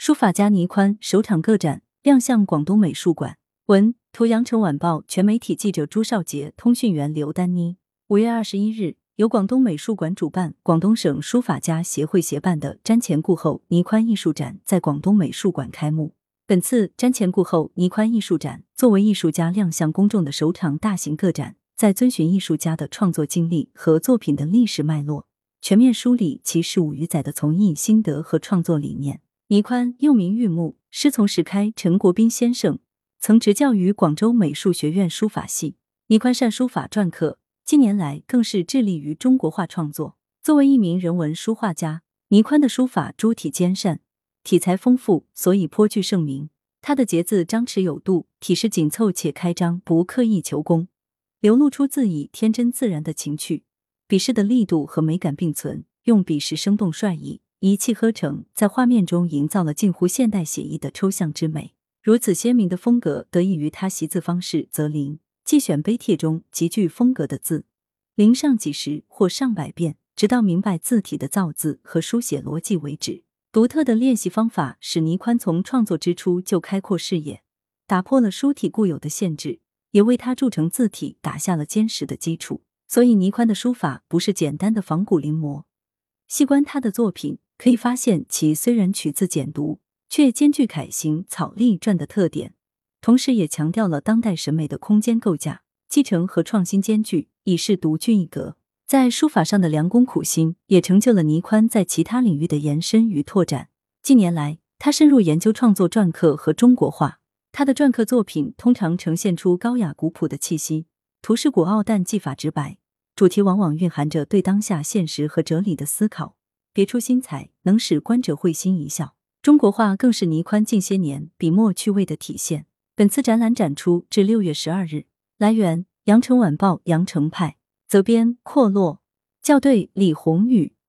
书法家倪宽首场个展亮相广东美术馆。文图羊城晚报全媒体记者朱少杰，通讯员刘丹妮。5月21日，由广东美术馆主办、广东省书法家协会协办的瞻前顾后倪宽艺术展在广东美术馆开幕。本次瞻前顾后倪宽艺术展作为艺术家亮相公众的首场大型个展，在遵循艺术家的创作经历和作品的历史脉络，全面梳理其15余载的从艺心得和创作理念。倪宽又名玉木，师从石开陈国宾先生，曾执教于广州美术学院书法系。倪宽善书法篆刻，近年来更是致力于中国画创作。作为一名人文书画家，倪宽的书法诸体兼善，题材丰富，所以颇具盛名。他的节字张弛有度，体式紧凑且开张，不刻意求工，流露出恣意天真自然的情趣，笔势的力度和美感并存，用笔时生动率意，一气呵成，在画面中营造了近乎现代写意的抽象之美。如此鲜明的风格得益于他习字方式则灵，既选碑帖中极具风格的字，临上几十或上百遍，直到明白字体的造字和书写逻辑为止。独特的练习方法使倪宽从创作之初就开阔视野，打破了书体固有的限制，也为他铸成字体打下了坚实的基础。所以倪宽的书法不是简单的仿古临摹，细观他的作品，可以发现其虽然取字简读，却兼具楷行草隶篆的特点，同时也强调了当代审美的空间构架，继承和创新兼具，已是独具一格。在书法上的良工苦心，也成就了倪宽在其他领域的延伸与拓展。近年来，他深入研究创作篆刻和中国画，他的篆刻作品通常呈现出高雅古朴的气息，图式古奥但技法直白，主题往往蕴含着对当下现实和哲理的思考，别出心裁，能使观者会心一笑。中国画更是倪宽近些年笔墨趣味的体现。本次展览展出至6月12日。来源：羊城晚报羊城派，责编：阔落，校对：李红宇。